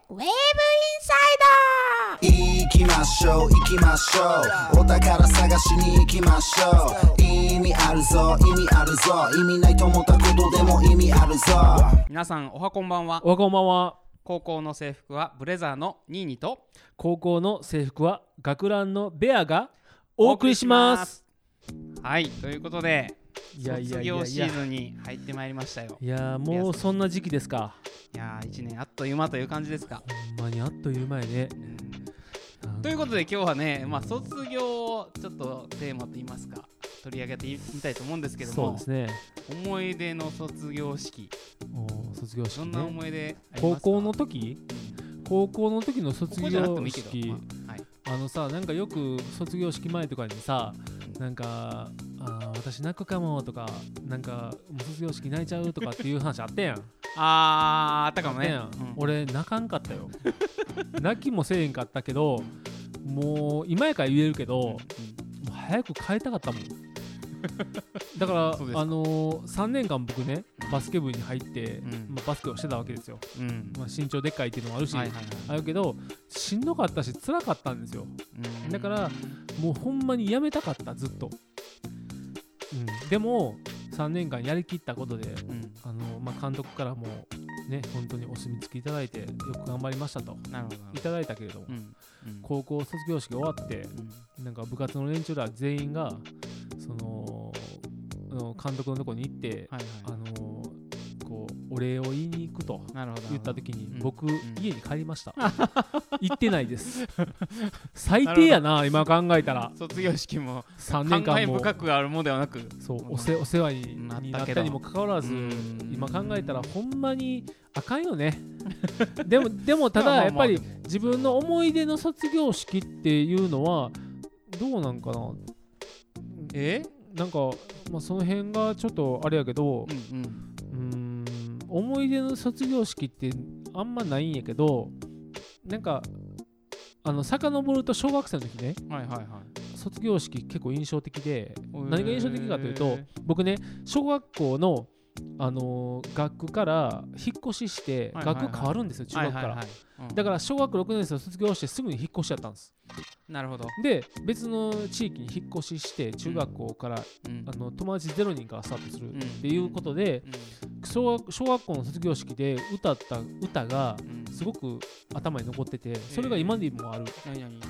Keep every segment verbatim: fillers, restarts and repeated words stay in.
ウェーブインサイ行きましょう行きましょう、お宝探しに行きましょう。意味あるぞ意味あるぞ、意味ないと思ったことでも意味あるぞ。 皆さんおはこんばんは。 おはこんばんは。 高校の制服はブレザーのニーニと高校の制服は学ランのベアがお送りします。 はい、ということでいやいやいやいや卒業シーズンに入ってまいりましたよ。 いやもうそんな時期ですか。 いやーいちねんあっという間という感じですか。 ほんまにあっという間やね。 ということで今日はね、まあ、卒業をちょっとテーマといいますか取り上げてみたいと思うんですけども、 そうですね。 思い出の卒業式、 お卒業式、ね、 どんな思い出あり高ますか？ 校の時、うん、高校の時の卒業式、 ここじゃなくてもいいけど、まあはい、 あのさ、なんかよく卒業式前とかにさ、なんかあ私泣くかもとか、なんかもう卒業式泣いちゃうとかっていう話あったやん。 あーあったかもね、 あったやん、 うん、 俺泣かんかったよ。泣きもせえへんかったけど、もう今やから言えるけど、うん、もう早く帰りたかったもん。だからあのー、さんねんかん僕ねバスケ部に入って、うんまあ、バスケをしてたわけですよ、うんまあ、身長でっかいっていうのもあるし、はいはいはい、あるけどしんどかったし辛かったんですよ、うん、だからもうほんまにやめたかったずっと、うん、でもさんねんかんやりきったことで、うんあのまあ、監督からもね本当にお墨付きいただいてよく頑張りましたとなるほどいただいたけれども、うんうん、高校卒業式終わって、うん、なんか部活の連中ら全員がその監督のとこに行って、はいはい、あのこうお礼を言いに行くと言った時に僕、うん、家に帰りました。行ってないです最低やな今考えたら。 卒業式もさんねんかんも感慨深くあるものではなく、 そうおせお世話になったにもかかわらず今考えたらほんまにあかんよねでもでもただやっぱり自分の思い出の卒業式っていうのはどうなんかな。 えなんか、まあ、その辺がちょっとあれやけど、うんうん、うーん思い出の卒業式ってあんまないんやけど、なんかあの遡ると小学生の時ね、はいはいはい、卒業式結構印象的で、何が印象的かというと、僕ね小学校のあのー、学区から引っ越しして、はいはいはい、学区変わるんですよ中学から、はいはいはいうん、だから小学ろくねん生を卒業してすぐに引っ越しちゃったんです。 なるほど。 で別の地域に引っ越しして中学校から、うん、あの友達ゼロ人からスタートするっていうことで、うんうん、小, 学小学校の卒業式で歌った歌がすごく頭に残ってて、それが今でもある、えー、何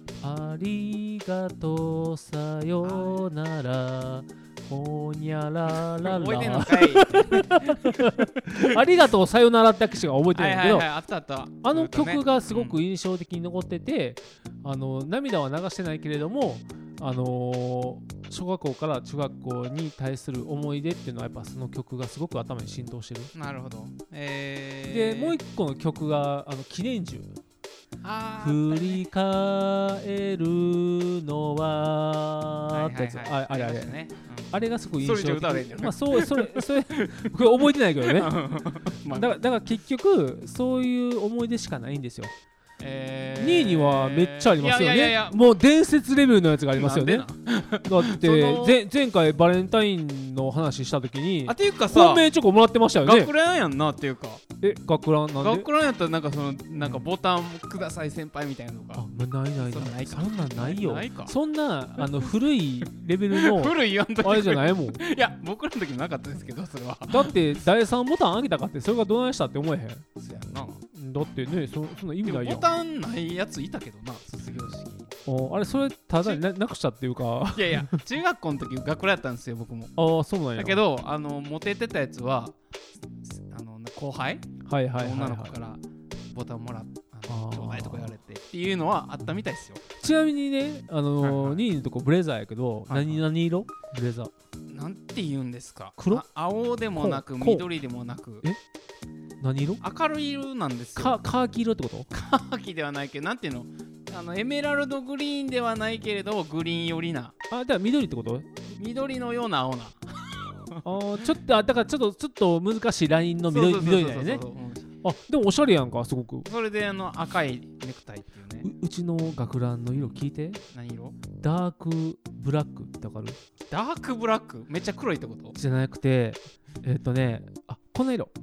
々ありがとうさよならほにゃららら覚えてんのかいありがとうさよならってしか覚えてないんだけど、 はいはいはい、あったあった。 あの曲がすごく印象的に残ってて、うん、あの涙は流してないけれども、あのー、小学校から中学校に対する思い出っていうのはやっぱその曲がすごく頭に浸透してる。 なるほど、えー、でもう一個の曲があの記念樹、振り返るのはってやつ、あれあれ、ねうん、あれがすごい印象的。まあそうそれそれこれ覚えてないけどね。だからだから結局そういう思い出しかないんですよ。えー、にいにはめっちゃありますよね。いやいやいやもう伝説レベルのやつがありますよね。だって前回バレンタインの話した時にあていうかさ本命チョコもらってましたよね。 学ランやんなっていうか。 え学ランなんで？ 学ランやったらなんかそのなんかボタンください先輩みたいなのが。 あ、まあ、ないないない。そんなんないよ。ないかそんなあの古いレベルの古い言わんときあれじゃないもん。いや僕らの時なかったですけどそれは。 だってだいさんボタン上げたかってそれがどないしたって思えへん。 そうやな。 だってね そ, そんな意味ないやん。 ボタンないやついたけどな卒業式。 おあれそれただに な, なくしたっていうかいやいや中学校の時学ランやったんですよ僕も。 ああそうなんや。 だけどあのモテてたやつはあの後輩、はいはいはいはい、女の子からボタンもらっあのちょうだいとか言われてっていうのはあったみたいですよ。 ちなみにねあのーはいはい、ニーのとこブレザーやけど、はいはい、何何色ブレザーなんて言うんですか。 黒青でもなく緑でもなくえ何色明るい色なんですよ。 かカーキ色ってこと？ カーキではないけどなんていうのあのエメラルドグリーンではないけれどグリーン寄りな。 あじゃあ緑ってこと？ 緑のような青なあちょっとあだからちょっとちょっと難しいラインの緑緑だよね。あでもおしゃれやんかすごく。 それであの赤いネクタイっていうね。 う, うちの学ランの色聞いて。 何色？ ダークブラックってわかる？ ダークブラックめっちゃ黒いってこと？ じゃなくてえっ、ー、とねあこの色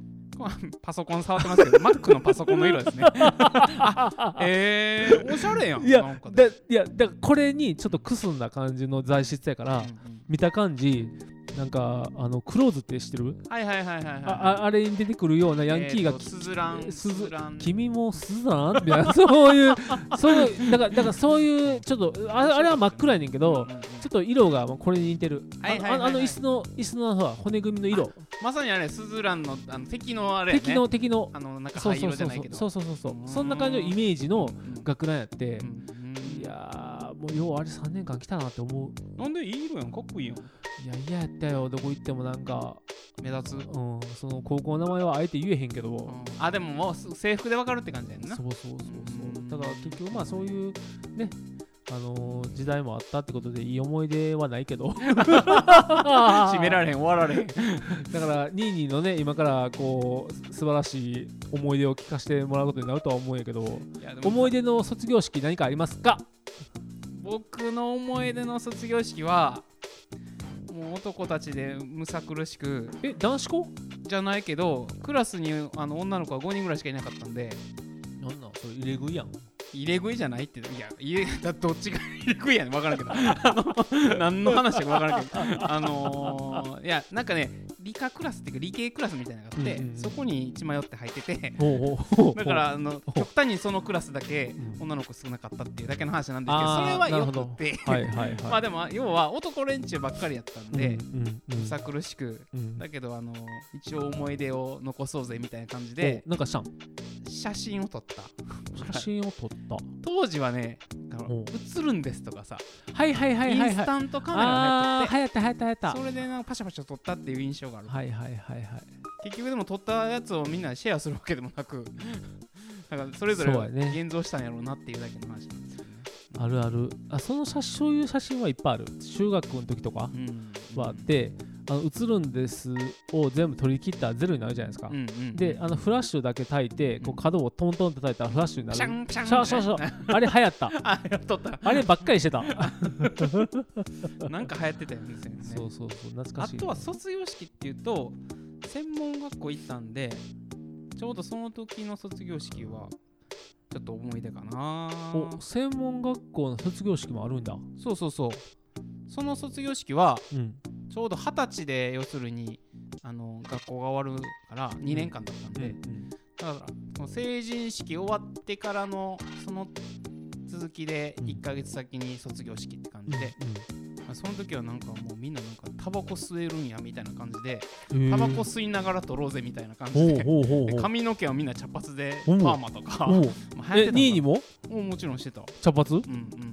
パソコン触ってますけどMac のパソコンの色ですねあえー、おしゃれやん。 いやだいやだからこれにちょっとくすんだ感じの材質やから、うんうん、見た感じなんかあのクローズって知ってる？ はいはいはいはい、はい、 あ, あれに出てくるようなヤンキーが、えー、 スズランスズラン君もスズランみたいなそういうそういうだからだからそういうちょっと あ, あれは真っ暗やねんけど、うんうんうん、ちょっと色がこれに似てる、はいはいはいはい、あ, あの椅子の椅子の骨組みの色まさにあれスズラン の, あの敵のあれ、ね、 敵の敵のあのなんか灰色じゃないけどそうそうそうそうそうそんな感じのイメージの学ランやって、うんうん、いやもうようあれさんねんかん来たなって思う。 なんでいい色やんかっこいいやん。 いや嫌やったよどこ行ってもなんか目立つ、 うん、その高校の名前はあえて言えへんけど、うん、 あでももう制服で分かるって感じやんな。 そうそうそうそうだから結局まあそういうねあのー、時代もあったってことでいい思い出はないけど締められへん終わられへんだからニーニーのね今からこう素晴らしい思い出を聞かせてもらうことになるとは思うんやけど、思い出の卒業式何かありますか？ 僕の思い出の卒業式はもう男たちでむさ苦しく。 え男子校じゃないけどクラスにあの女の子はごにんぐらいしかいなかったんで。 なんなんそれ入れ食いやん。 入れ食いじゃないって。いや入れだどっちが入れ食いやねん分からんけどあの何の話か分からんけどあのー、いやなんかね理科クラスっていうか理系クラスみたいなのがあって、うんうん、そこに血迷って入っててだからあの極端にそのクラスだけ女の子少なかったっていうだけの話なんですけど、それはよくってはいはい、はい、まあでも要は男連中ばっかりやったんでむさ苦しく、うん、だけどあの一応思い出を残そうぜみたいな感じでなんかしたん写真を撮った。 写真を撮った当時はね映るんですとかさはいはいはいはい、はい、 インスタントカメラが流行って流行った流行ったそれでなんかパシャパシャ撮ったっていう印象がある。 はいはいはいはい。 結局でも撮ったやつをみんなでシェアするわけでもなくなんかそれぞれ現像したんやろうなっていうだけの話なんですよね。 あるある。あその写そういう写真はいっぱいある。中学の時とかはあって、うん、あの映るんですを全部取り切ったらゼロになるじゃないですか、うんうん、であのフラッシュだけ焚いてこう角をトントンと焚いたらフラッシュになる。シャンシャンそうそうそうあれ流行ったあ, 撮ったあればっかりしてたなんか流行ってたんですよね。 そうそうそう懐かしい。 あとは卒業式っていうと専門学校行ったんでちょうどその時の卒業式はちょっと思い出かな。 お専門学校の卒業式もあるんだ。 そうそうそう。その卒業式は、うん、ちょうどはたちで要するにあの学校が終わるからにねんかんだったんで、うんうん、だからその成人式終わってからのその続きでいっかげつ先に卒業式って感じで、うんうん、その時はなんかもうみんななんかタバコ吸えるんやみたいな感じでタバコ吸いながら撮ろうぜみたいな感じで、で髪の毛はみんな茶髪でパーマとかえにいにももちろんしてた。 茶髪、うんうん、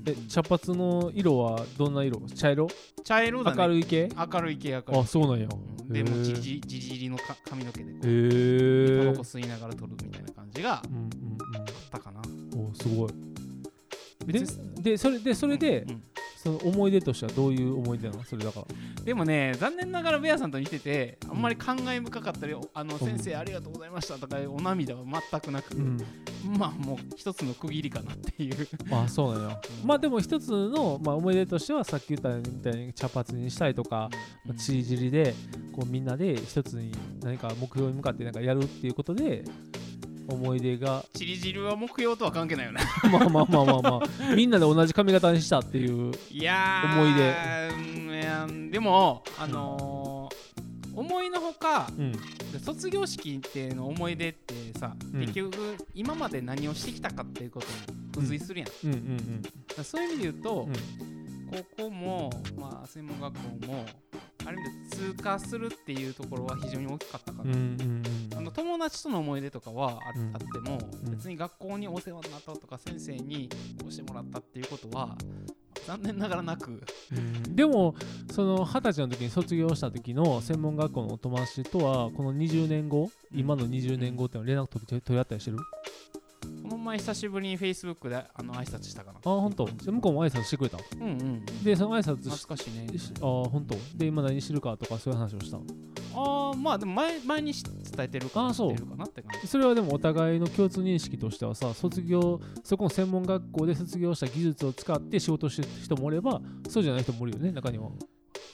え茶髪の色はどんな色？茶色？ 茶色だね。 明るい系？ 明るい系明るい系。 あそうなんや、 うん、でもじじじじりのか髪の毛でこうへタバコ吸いながら撮るみたいな感じがあったかな、 うんうんうん、おすごい。で, でそれでそれで、うんうん、その思い出としてはどういう思い出なの？それだからでもね残念ながらベアさんと似ててあんまり感慨深かったり、うん、あの先生ありがとうございましたとかお涙は全くなく、うん、まあもう一つの区切りかなっていうあそうなのよ、うん、まあでも一つの、まあ、思い出としてはさっき言ったみたいに茶髪にしたりとか、うん、ちり尻でこうみんなで一つに何か目標に向かってなんかやるっていうことで思い出がチリ汁は目標とは関係ないよねまあまあまあまあまあみんなで同じ髪型にしたっていういや思い出。 いやでもあのーうん、思いのほか、うん、卒業式っていうの思い出ってさ、うん、結局今まで何をしてきたかっていうことに付随するやん、うんうんうんうん、そういう意味で言うと、うん、高校も、まあ、専門学校もある意味で通過するっていうところは非常に大きかったかな、うんうんうん、あの友達との思い出とかは あ,、うん、あっても、うん、別に学校にお世話になったとか先生にこうしてもらったっていうことは残念ながらなく、 うん、でもそのはたちの時に卒業した時の専門学校のお友達とはこのにじゅうねんご、うん、今のにじゅうねんごっていうのは連絡取り、取り合ったりしてる？ この前久しぶりに Facebook であの挨拶したかな。 あ本当。で向こうも挨拶してくれた。 うんうん。 でその挨拶懐かしいね。 あ本当。で今何してるかとかそういう話をした。 ああまあでも前前に伝えてるかなってかなって感じ。 それはでもお互いの共通認識としてはさ、卒業そこの専門学校で卒業した技術を使って仕事してる人もおればそうじゃない人もおるよね中には。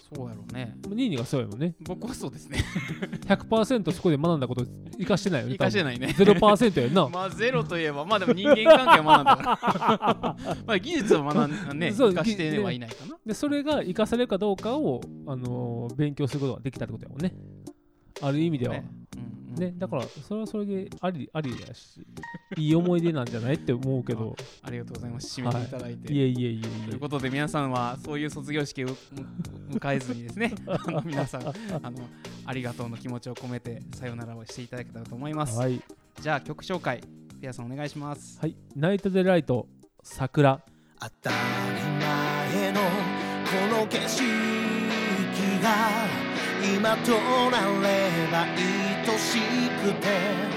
そうやろうね。 ニーニーがそうやもんね。 僕はそうですね。 ひゃくパーセント そこで学んだこと生かしてないよね。 生かしてないね。 ゼロパーセント やんな。 まあゼロといえば、まあでも人間関係を学んだから。まあ技術を学んだね、生かしてはいないかな。 で、それが生かされるかどうかを、あのー、勉強することができたってことやもんね。ある意味では。ね、うんうん、ね、だからそれはそれでありありだし、いい思い出なんじゃないって思うけど。 ありがとうございます。締めていただいて。 はい、いえいえいえいえ。 ということで皆さんはそういう卒業式を迎えずにですね、あの皆さんあのありがとうの気持ちを込めてさよならをしていただけたらと思います。はい、じゃあ曲紹介、ピアさんお願いします。 はい、ナイトデライト桜。 当たり前のこの景色が今となれば愛しくて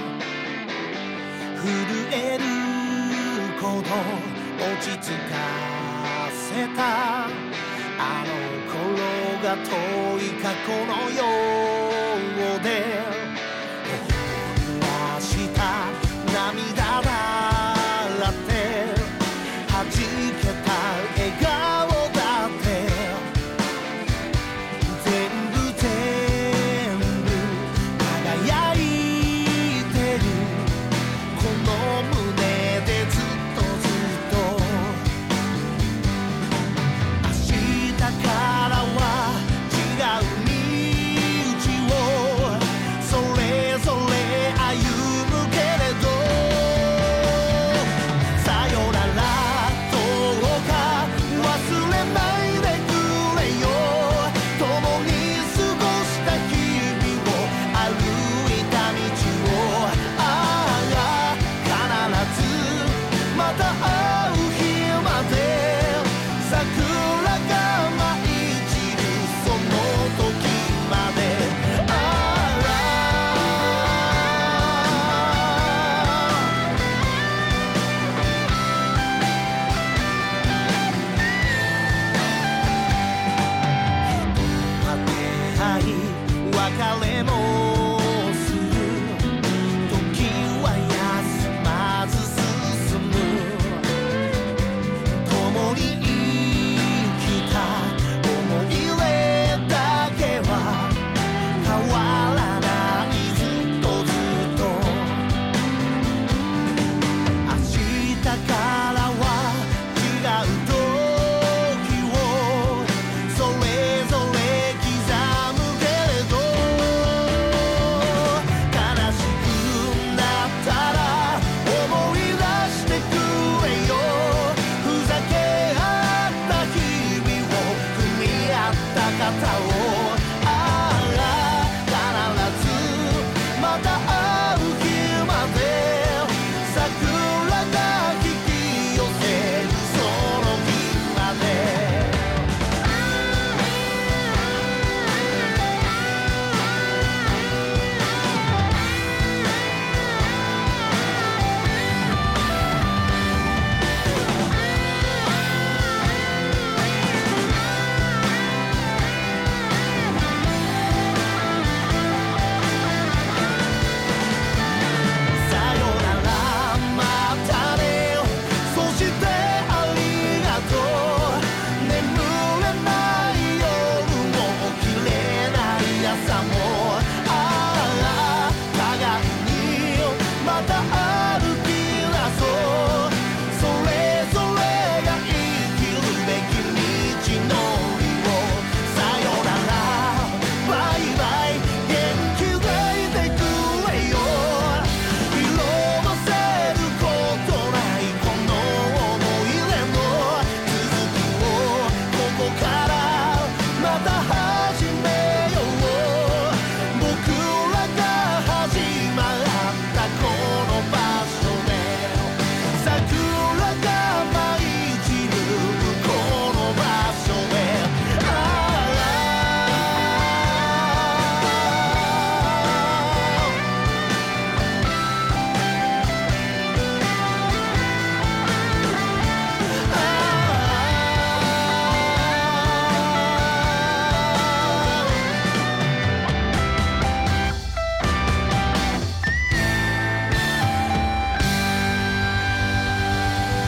震えるほど落ち着かせたあの頃が遠い過去のようで濡らした涙だって弾けた笑顔だって全部全部輝いてるこの胸でずっとずっと明日からは違う道をそれぞれ歩むけれどさよなら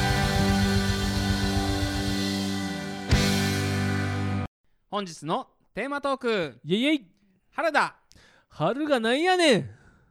本日のテーマトークイエイイエイ春だ。 春がなんやねん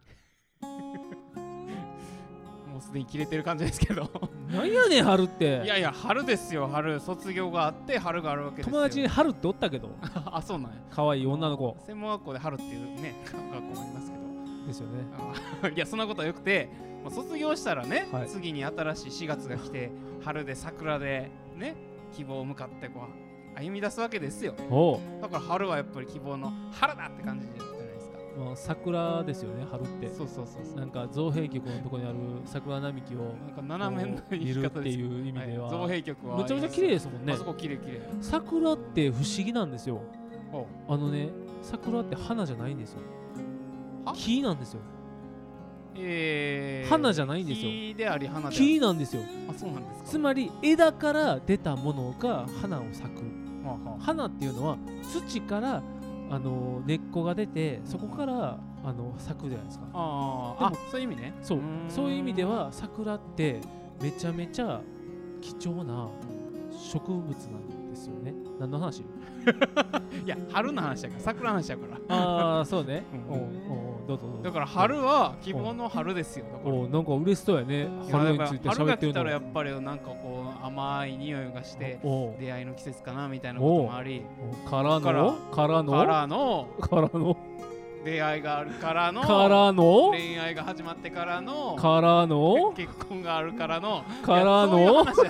もうすでに切れてる感じですけどなんやねん春っていやいや春ですよ。春卒業があって春があるわけですよ。 友達に春っておったけどあそうなんや。 可愛い女の子専門学校で春っていうね学校もありますけどですよね。 あいやそんなことはよくて、もう卒業したらね、 はい、 次に新しいしがつが来て春で桜でね希望を向かってこう歩み出すわけですよ。 おうだから春はやっぱり希望の春だって感じじゃないですか。 まあ、桜ですよね春って。 そうそうそうそう。 なんか造幣局のところにある桜並木をなんか斜めの言い見るっ方ですていう意味では、 はい、造幣局はめちゃめちゃ綺麗ですもんね。 あそこ綺麗綺麗。 桜って不思議なんですよ。あのね桜って花じゃないんですよ。木なんですよ。 えー、 花じゃないんですよ。 木であり花である。 木なんですよ。 あ、そうなんですか。 つまり枝から出たものが花を咲く。 はあはあ、 花っていうのは土からあの根っこが出てそこからあの咲くじゃないですか。 ああ、そういう意味ね。 そう、そういう意味では桜ってめちゃめちゃ貴重な植物なんですよね。何の話？ いや春の話だから桜の話だから。 ああそうね。 うん、 おうおうどうぞどうぞ。 だから春は希望の春ですよ。だからおなんか嬉しそうやね。春について喋ってるの。 春が来たらやっぱりなんかこう甘い匂いがして出会いの季節かなみたいなこともあり。 からのからのからのからの出会いがあるからのからの恋愛が始まってからのからの結婚があるからのからの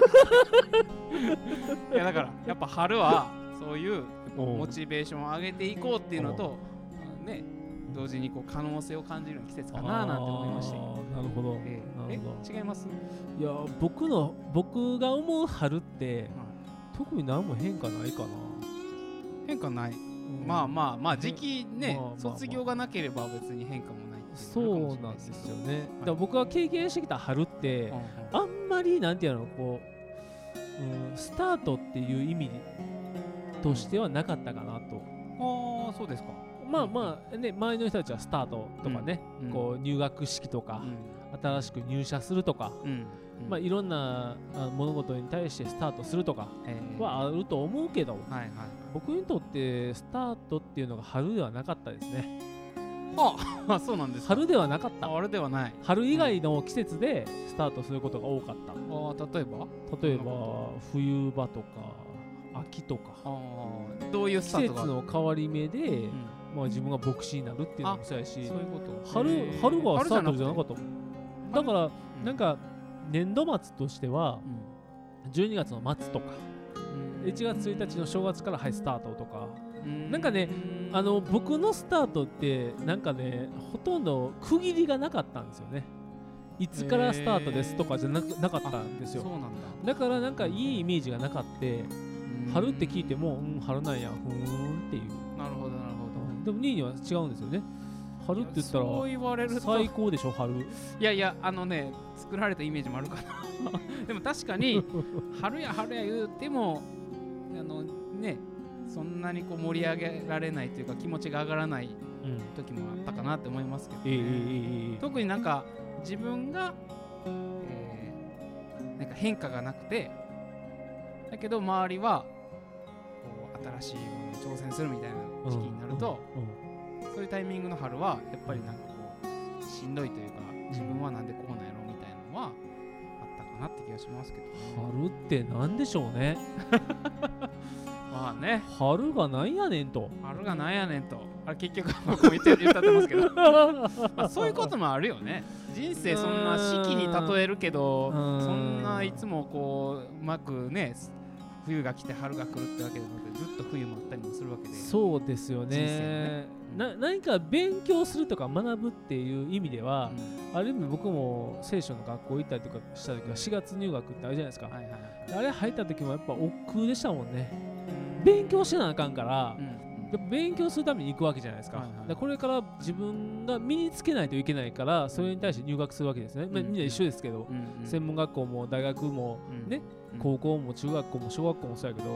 いやだからやっぱ春はそういうモチベーションを上げていこうっていうのとね同時にこう可能性を感じる季節かななんて思いまして。 なるほど、 えー、 なるほど違います？ いや僕の僕が思う春って、はい、特に何も変化ないかな。 変化ない。まあまあまあ時期ね、まあまあまあ、卒業がなければ別に変化もないっていうそうなんですよね、はい、だから僕が経験してきた春って、うんうん、あんまりなんていうのこう、うん、スタートっていう意味としてはなかったかなと。 ああそうですか。 まあまあね周りの人たちはスタートとかね、うん、こう入学式とか、うん、新しく入社するとか、うんうん、まあいろんな物事に対してスタートするとかはあると思うけど、はいはい、僕にとってスタートっていうのが春ではなかったですね。 ああそうなんですか。 春ではなかった。 春ではない。 春以外の季節でスタートすることが多かった。 あ例えば例えば冬場とか秋とか。 あどういうスタートが季節の変わり目で、うんまあ、自分が牧師になるっていうのもそうやし、そういうこと春春がスタートじゃなかったもん。だから、うん、なんか年度末としては、うん、じゅうにがつの末とか、うん、いちがつついたちの正月からはいスタートとか、うん、なんかねあの僕のスタートってなんかねほとんど区切りがなかったんですよね。いつからスタートですとかじゃ な, なかったんですよ。 そうなんだ。 だからなんかいいイメージがなかった。春って聞いても、うん、春なんやふーんっていう。なるほどなるほど。でもにいには違うんですよね。春って言ったらそう言われると最高でしょ春。いやいやあのね作られたイメージもあるかなでも確かに春や春や言うてもあのねそんなにこう盛り上げられないというか気持ちが上がらない時もあったかなって思いますけど、ねうんえー、特になんか自分が、えー、なんか変化がなくてだけど周りはこう新しいものに挑戦するみたいな時期になると、うんうんうん、そういうタイミングの春はやっぱりなんかこうしんどいというか自分はなんでこうなんやろみたいなのはあったかなって気がしますけど、ね、 春ってなんでしょうねまあね春がなんやねんと春がなんやねんとあれ結局僕も言って言ったってますけどまあそういうこともあるよね。人生そんな四季に例えるけどそんないつもこううまくね冬が来て春が来るってわけでなくてずっと冬もあったりもするわけで。 そうですよね。ねな何か勉強するとか学ぶっていう意味では、うん、ある意味僕も聖書の学校行ったりとかした時はしがつ入学ってあるじゃないですか、はいはいはい、あれ入った時もやっぱ億劫でしたもんね。勉強してなあかんから、うん、やっぱ勉強するために行くわけじゃないですか、はいはい、だこれから自分が身につけないといけないからそれに対して入学するわけですね、うんまあ、みんな一緒ですけど、うんうん、専門学校も大学も、ねうん、高校も中学校も小学校もそうやけど、うん、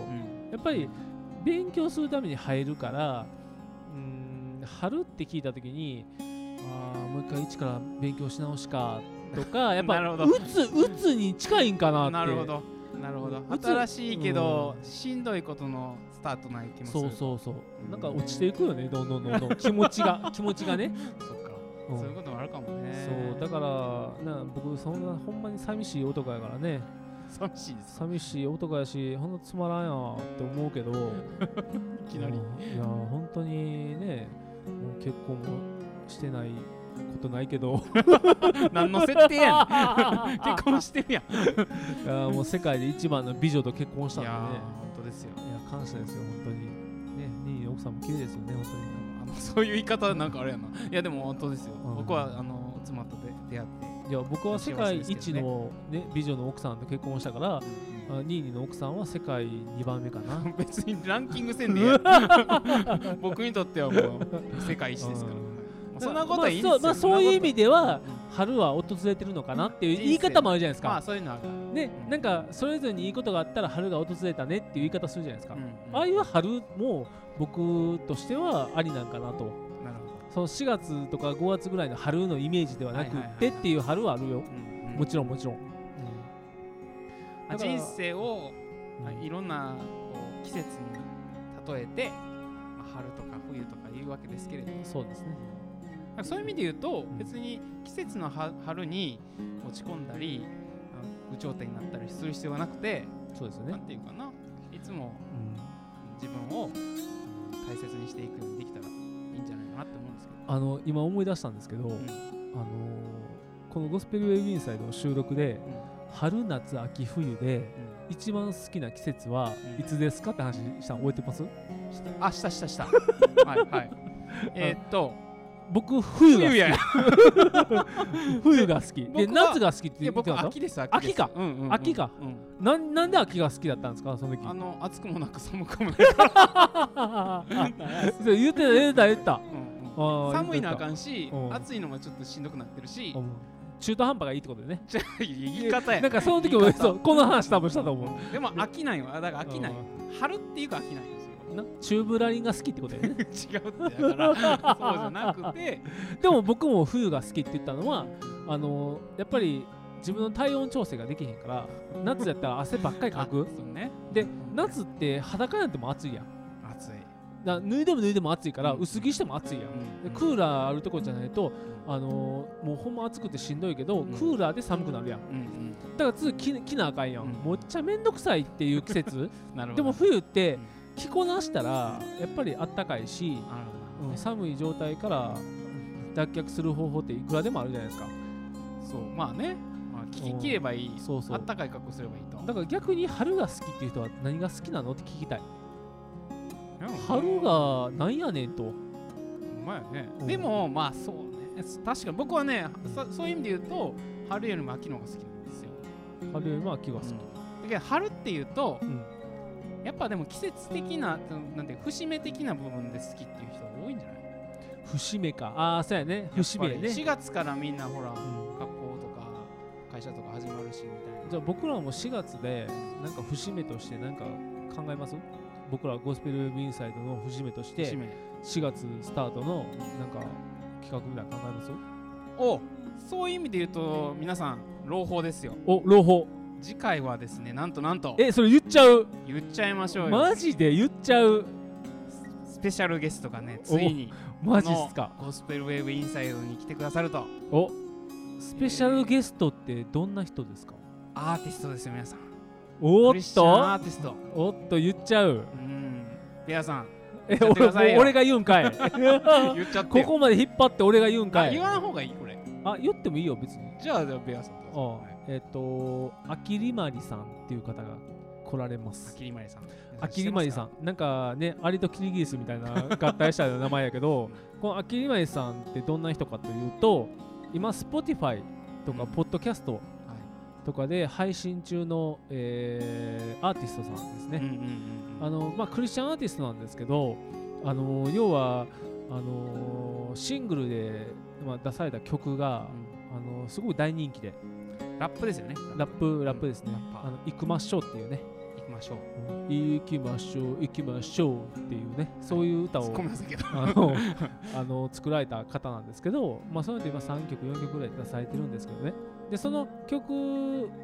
やっぱり勉強するために入るからうん春って聞いた時にあもう一回一から勉強し直しかとかやっぱうつうつに近いんかなって。 なるほどなるほど。新しいけど、うん、しんどいことのスタートない気もする。 そうそうそう、うん、なんか落ちていくよね、どんどんどんどん気持ちが気持ちがねそっか、うん、そういうこともあるかもね。 そうだからな、僕そんなほんまに寂しい男やからね。 寂しいです寂しい男やし、ほんとつまらんやって思うけどいきなり、 いや本当にね、もう結婚もしてないことないけど何の設定やねん結婚してるやんいやもう世界で一番の美女と結婚したんでね。いや本当ですよ。 いや感謝ですよ本当にね。ニーの奥さんも綺麗ですよね本当に。 あのそういう言い方なんかあれやな。いやでも本当ですよ、うん、僕はあの妻と出会って、 いや僕は世界一の、ね、美女の奥さんと結婚したから、うん、ニーニーの奥さんは世界にばんめかな別にランキング戦でや僕にとってはもう世界一ですから、うん、そんなことはいいんですよ。 まあ、そう、まあ、そういう意味では春は訪れてるのかなっていう言い方もあるじゃないですか。 まあそういうのはね、うん、なんかそれぞれにいいことがあったら春が訪れたねっていう言い方するじゃないですか、うんうん、ああいう春も僕としてはありなんかなと。 なるほど。 そのしがつとかごがつぐらいの春のイメージではなくってっていう春はあるよ、うんうん、もちろんもちろん、 うん、人生を、うん、いろんなこう季節に例えて、まあ、春とか冬とか言うわけですけれども、 そうですね。 そういう意味で言うと、別に季節の春に落ち込んだり有頂天になったりする必要はなくて、 そうですね、 なんていうかな、いつも、うん、自分を大切にしていくようにできたらいいんじゃないかなって思うんですけど、 あの今思い出したんですけど、うん、あのこのゴスペルウェイウィンサイドの収録で、うん、春夏秋冬で、うん、一番好きな季節はいつですかって話したの覚えてます？ あ、したしたしたはいはいえー、っと僕冬が好き。冬や冬が好きで、夏が好きって言ってた。 僕秋です。秋です。秋か、うんうんうん、秋か、うん、な, なんで秋が好きだったんですかその時。 あの暑くもなく寒くもない言ってた言ってた言った、 うんうん、寒いのあかんし、うん、暑いのもちょっとしんどくなってるし、うん、 中途半端がいいってことでね言い方やなんかその時もそうこの話多分したと思う、 うん、でも飽きないわ。だから飽きない、春っていうか飽きないな。チューブラリンが好きってことやね違うってだからそうじゃなくてでも僕も冬が好きって言ったのはあのー、やっぱり自分の体温調整ができへんから夏やったら汗ばっかりかくね、 で夏って裸なんても暑いやん。 暑いだ脱いでも脱いでも暑いから薄着しても暑いやん、うん、でクーラーあるとこじゃないと、あのー、もうほんま暑くてしんどいけど、うん、クーラーで寒くなるやん、うんうん、だから次着, 着なあかんやん、うん、もっちゃめんどくさいっていう季節でも冬って着こなしたらやっぱりあったかいし、うん、寒い状態から脱却する方法っていくらでもあるじゃないですか。 そうまあね、まあ、着着ればいい、そうそうあったかい格好すればいいと。 だから逆に春が好きっていう人は何が好きなのって聞きたい。春がなんやねんと。 ほんまやね、うん、でもまあそうね、確かに僕はね、うん、そ, そういう意味で言うと春よりも秋の方が好きなんですよ。 春よりも秋が好き、うん、 だけど春っていうと、うん、やっぱでも季節的な、なんていう節目的な部分で好きっていう人が多いんじゃない？ 節目か。ああそうやね、節目ね。 しがつからみんなほら、うん、学校とか会社とか始まるしみたいな。 じゃあ僕らもしがつでなんか節目としてなんか考えます？僕らゴスペルウィンサイドの節目としてしがつスタートのなんか企画みたいな考えます？ お、そういう意味で言うと皆さん朗報ですよ。 お、朗報。 次回はですね、なんとなんとえ、それ言っちゃう？ 言っちゃいましょうよ。 マジで言っちゃう？ スペシャルゲストがね、ついにマジっすか？ ゴスペルウェーブインサイドに来てくださると。 お、スペシャルゲストってどんな人ですか？ アーティストですよ皆さん。 おっとアーティスト。 おっと言っちゃう。うん 。ベアさん。 え、俺, 俺が言うんかい。 言っちゃって。 ここまで引っ張って俺が言うんかい。 言わん方がいいこれ。 あ、言ってもいいよ別に。 じゃあベアさんどうぞ。 えっ、ー、とあきりまりさんっていう方が来られます。 あきりまりさん。 あきりまりさん、なんかね、アリとキリギリスみたいな合体した名前やけど、このあきりまりさんってどんな人かというと、今 Spotify とかポッドキャストとかで配信中の、えー、アーティストさんですね。あのまあクリスチャンアーティストなんですけど、あの要はあのシングルで、まあ、出された曲が、うん、あのすごい大人気で。 ラップですよね。 ラップ、ラップですね。あの行きましょうっていうね。 行きましょう。 行きましょう、行きましょうっていうね、そういう歌をあのあの作られた方なんですけど、まあその後今さんきょくよんきょくぐらい出されてるんですけどね。でその曲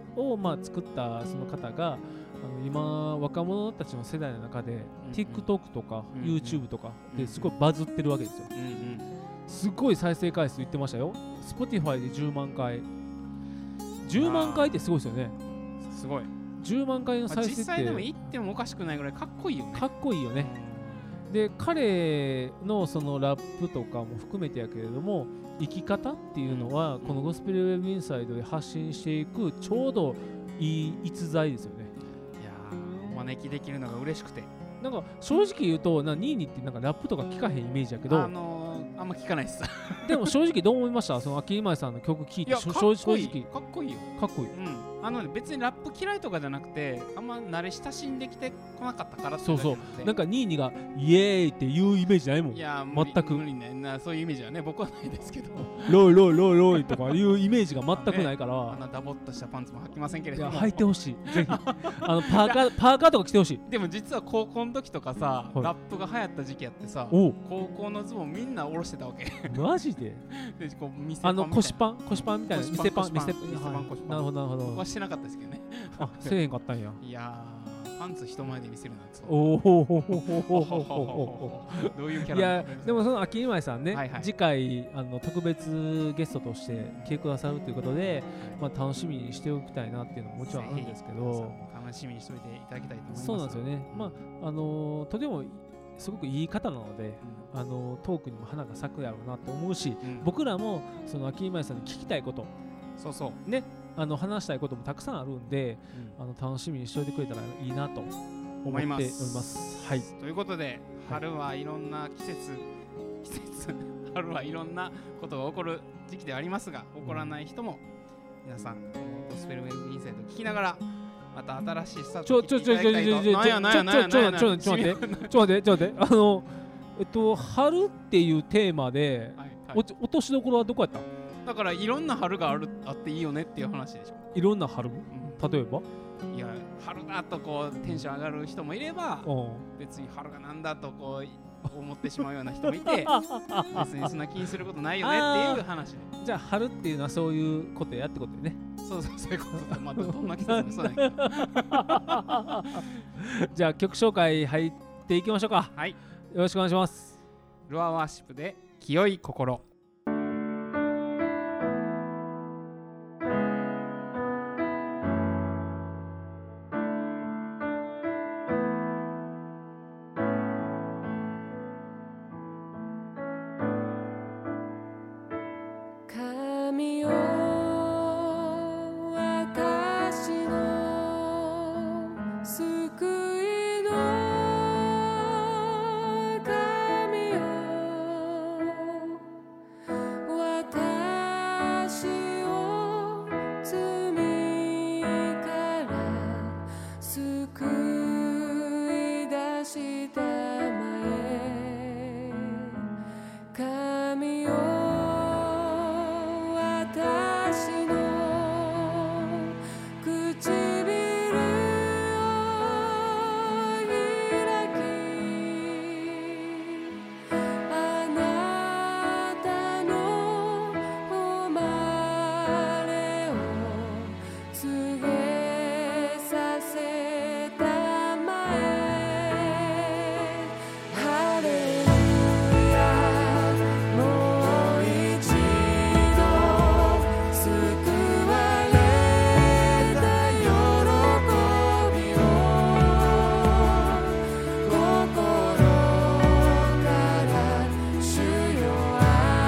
をまあ作ったその方があの今若者たちの世代の中で、うんうん、TikTok とか、うんうん、YouTube とかですごいバズってるわけですよ、うんうん、すごい再生回数言ってましたよ。 Spotify でじゅうまんかい、じゅうまんかいってすごいですよね。 すごい。 じゅうまんかいの再生って、 実際でも言ってもおかしくないぐらいかっこいいよね。 かっこいいよね。で彼のそのラップとかも含めてやけれども、生き方っていうのはこのゴスペルウェブインサイドで発信していくちょうどいい逸材ですよね。 いやー、お招きできるのが嬉しくて、 なんか正直言うとなニーニってなんかラップとか聞かへんイメージやけど、 あのー、あんま聞かないっすでも正直どう思いました？その秋今井さんの曲聴いて。いやかっこいいかっこいいよ。 かっこいい、 うん、あの、ね、別にラップ嫌いとかじゃなくて、あんま慣れ親しんできてこなかったからって。 そうそう、なんかニーニがイエーイっていうイメージないもん。 いや全く無理ねな、そういうイメージはね僕はないですけどロイロイロイロイとかいうイメージが全くないから、 ね、あんなダボっとしたパンツも履きませんけれども、 いや履いてほしいぜひあのパーカーパーカーとか着てほしい。 でも実は高校の時とかさ、はい、ラップが流行った時期やってさ、高校のズボンみんな下ろしてたわけマジででこうあの腰パン腰パンみたいな店パン店パン、 店パン腰パン、 なるほどなるほど。 僕はしてなかったですけどねあ、せえへんかったんや。 いやー、パンツ人前で見せるなんて。 おおどういうキャラ？ いやでもその秋今井さんね、 はいはい、 次回あの特別ゲストとして来てくださるということで、まあ楽しみにしておきたいなっていうのももちろんあるんですけど、 楽しみにしておいていただきたいと思います。 そうなんですよね。まああのとてもすごくいい方なので、うん、あのトークにも花が咲くやろうなと思うし、うん、僕らもその秋今井さんに聞きたいこと、 そうそうね、あの話したいこともたくさんあるんで、うん、あの楽しみにしておいてくれたらいいなと思っております。はい。 ということで、春はいろんな季節、季節春はいろんなことが起こる時期ではありますが、起こらない人も皆さんこのゴスペルウェブインサイト聞きながら。また新しいスタートを切っていただきたいと。なんやなんやなんやなんや。ちょっと待って、ちょっと待って、ちょっと待って、ちょっと待って、あのえっと春っていうテーマで、はいはい、落としどころはどこやった？ だからいろんな春があるあっていいよねっていう話でしょ。 いろんな春、うん、例えば？ いや春だとこうテンション上がる人もいれば、別に春がなんだとこう思ってしまうような人もいて、別にそんな気にすることないよねっていう話で。 じゃあ春っていうのはそういうことやってことよね。 そうそうそういうことだ。まあどんな季節もそうだけど。 じゃあ曲紹介入っていきましょうか。 はい。 よろしくお願いします。 ルアーワーシップで清い心。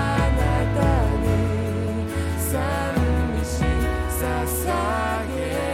捧げ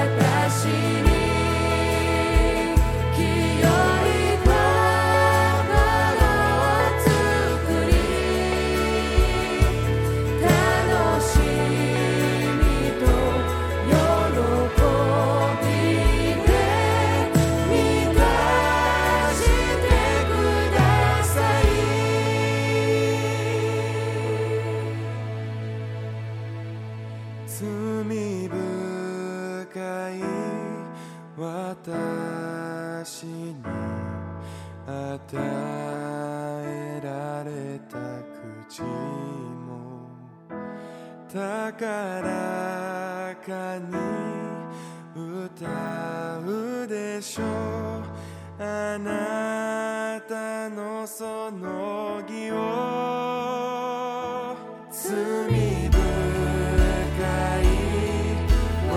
私に与えられた口も高らかに歌うでしょう。あなたのその義を罪深い私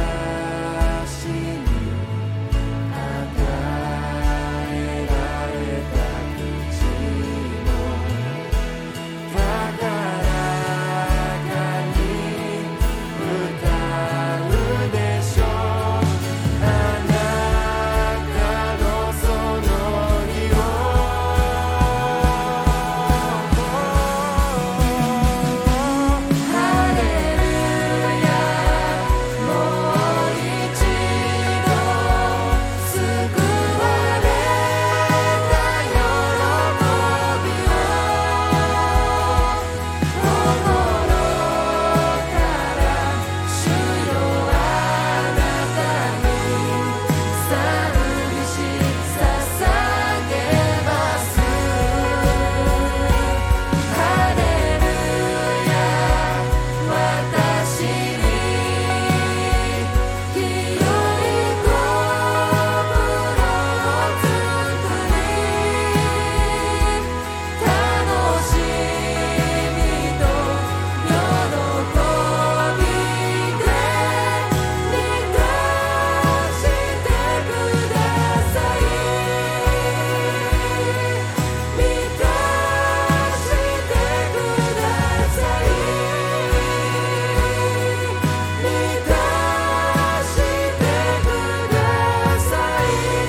に与えられた口も高らかに歌うでしょう。あなたのその義をハレルヤ、もう一度救われた喜びを心から主よあなたに賛美し捧げます。ハレルヤ、私に清い心を作り楽しみと喜びで満たしてください。満たしてください。満たしてください。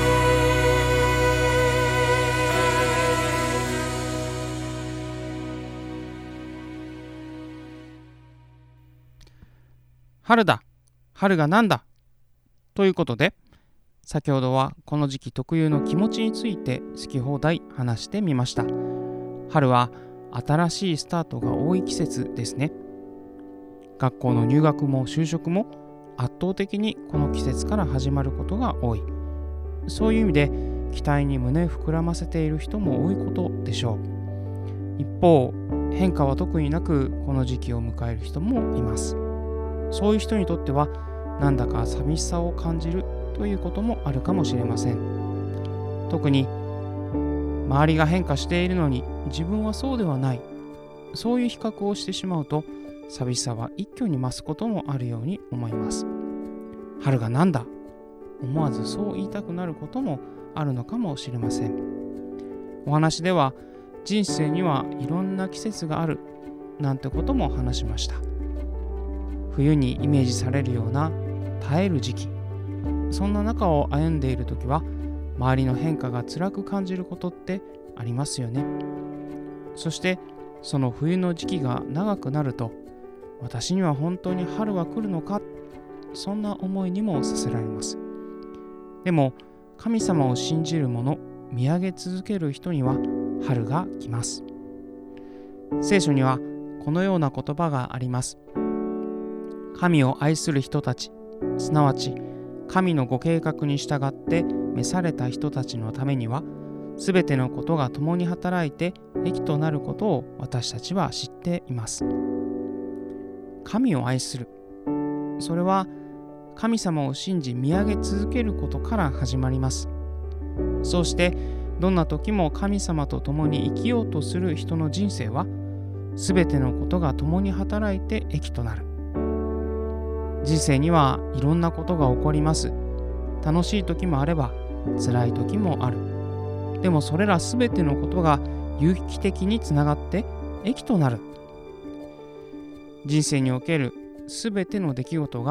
春だ、春がなんだということで、先ほどはこの時期特有の気持ちについて好き放題話してみました。春は新しいスタートが多い季節ですね。学校の入学も就職も圧倒的にこの季節から始まることが多い。そういう意味で期待に胸を膨らませている人も多いことでしょう。一方、変化は特になくこの時期を迎える人もいます。そういう人にとってはなんだか寂しさを感じるということもあるかもしれません。特に周りが変化しているのに自分はそうではない、そういう比較をしてしまうと寂しさは一挙に増すこともあるように思います。春がなんだ、思わずそう言いたくなることもあるのかもしれません。お話では人生にはいろんな季節があるなんてことも話しました。冬にイメージされるような耐える時期、そんな中を歩んでいるときは周りの変化が辛く感じることってありますよね。そしてその冬の時期が長くなると、私には本当に春は来るのか、そんな思いにもさせられます。でも神様を信じる者、見上げ続ける人には春が来ます。聖書にはこのような言葉があります。神を愛する人たち、すなわち神のご計画に従って召された人たちのためには、すべてのことが共に働いて益となることを私たちは知っています。神を愛する、それは神様を信じ見上げ続けることから始まります。そうしてどんな時も神様と共に生きようとする人の人生は、すべてのことが共に働いて益となる。人生にはいろんなことが起こります。楽しい時もあれば辛い時もある。でもそれらすべてのことが有機的につながって益となる。人生におけるすべての出来事が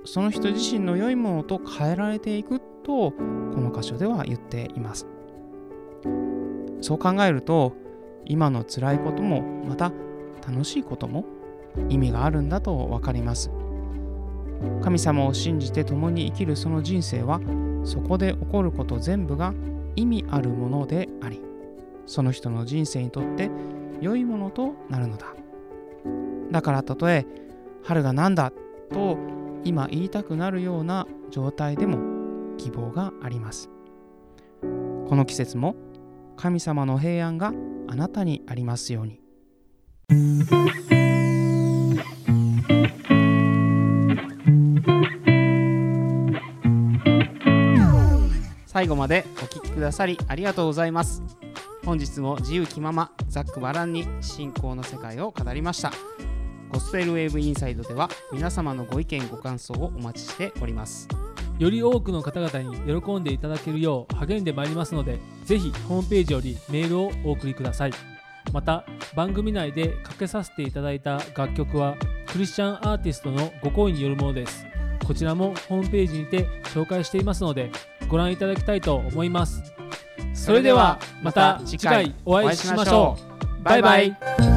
その人自身の良いものと変えられていくとこの箇所では言っています。そう考えると今の辛いこともまた楽しいことも意味があるんだと分かります。神様を信じて共に生きるその人生はそこで起こること全部が意味あるものであり、その人の人生にとって良いものとなるのだ。だからたとえ春がなんだと今言いたくなるような状態でも希望があります。この季節も神様の平安があなたにありますように。最後までお聞きくださりありがとうございます。本日も自由気ままざっくばらんに信仰の世界を語りました。ゴスペルウェーブインサイドでは皆様のご意見ご感想をお待ちしております。 より多くの方々に喜んでいただけるよう励んでまいりますので、ぜひホームページよりメールをお送りください。また番組内でかけさせていただいた楽曲はクリスチャンアーティストのご好意によるものです。こちらもホームページにて紹介していますのでご覧いただきたいと思います。それではまた次回お会いしましょう。バイバイ。